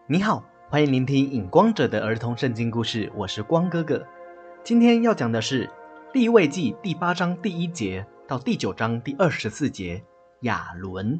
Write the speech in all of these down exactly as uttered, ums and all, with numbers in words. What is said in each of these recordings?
你好，欢迎聆听影光者的儿童圣经故事，我是光哥哥。今天要讲的是利未记第八章第一节到第九章第二十四节，亚伦。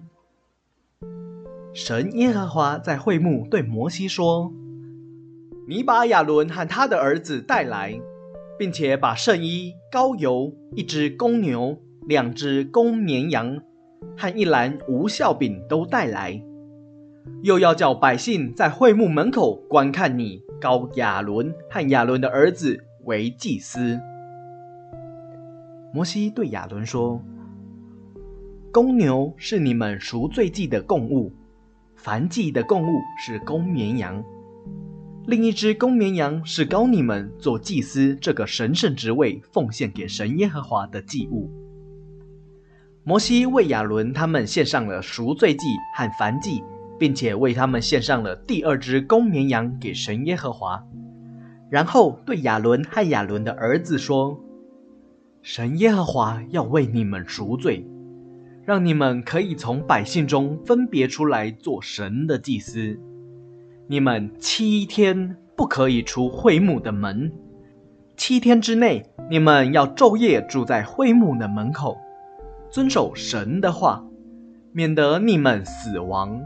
神耶和华在会幕对摩西说：你把亚伦和他的儿子带来，并且把圣衣、膏油、一只公牛、两只公绵羊和一篮无酵饼都带来，又要叫百姓在会幕门口观看你，膏亚伦和亚伦的儿子为祭司。摩西对亚伦说：公牛是你们赎罪祭的供物，燔祭的供物是公绵羊，另一只公绵羊是膏你们做祭司这个神圣职位奉献给神耶和华的祭物。摩西为亚伦他们献上了赎罪祭和燔祭，并且为他们献上了第二只公绵羊给神耶和华。然后对亚伦和亚伦的儿子说：神耶和华要为你们赎罪，让你们可以从百姓中分别出来做神的祭司。你们七天不可以出会幕的门，七天之内你们要昼夜住在会幕的门口，遵守神的话，免得你们死亡。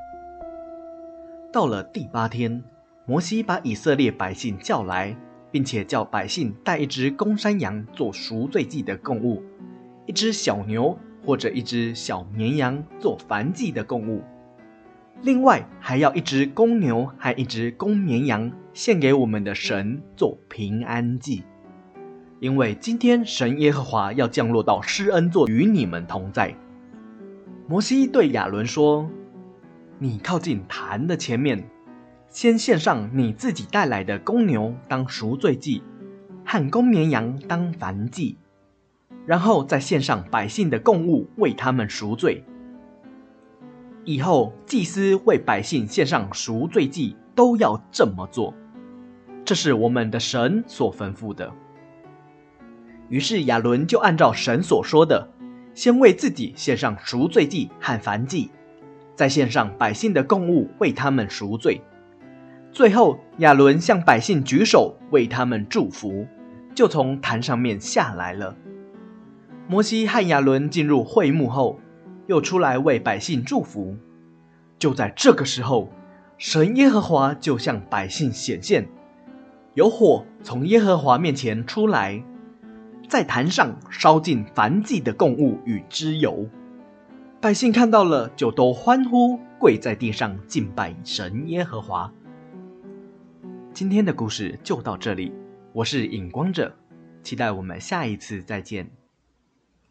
到了第八天，摩西把以色列百姓叫来，并且叫百姓带一只公山羊做赎罪祭的供物，一只小牛或者一只小绵羊做燔祭的供物，另外还要一只公牛和一只公绵羊献给我们的神做平安祭。因为今天神耶和华要降落到施恩座与你们同在。摩西对亚伦说：你靠近坛的前面，先献上你自己带来的公牛当赎罪祭，和公绵羊当燔祭，然后再献上百姓的供物为他们赎罪。以后祭司为百姓献上赎罪祭都要这么做，这是我们的神所吩咐的。于是亚伦就按照神所说的，先为自己献上赎罪祭和燔祭，再献上百姓的供物为他们赎罪。最后亚伦向百姓举手为他们祝福，就从坛上面下来了。摩西和亚伦进入会幕后，又出来为百姓祝福。就在这个时候，神耶和华就向百姓显现，有火从耶和华面前出来，在坛上烧尽燔祭的供物与脂油。百姓看到了，就都欢呼，跪在地上敬拜神耶和华。今天的故事就到这里，我是影光者，期待我们下一次再见。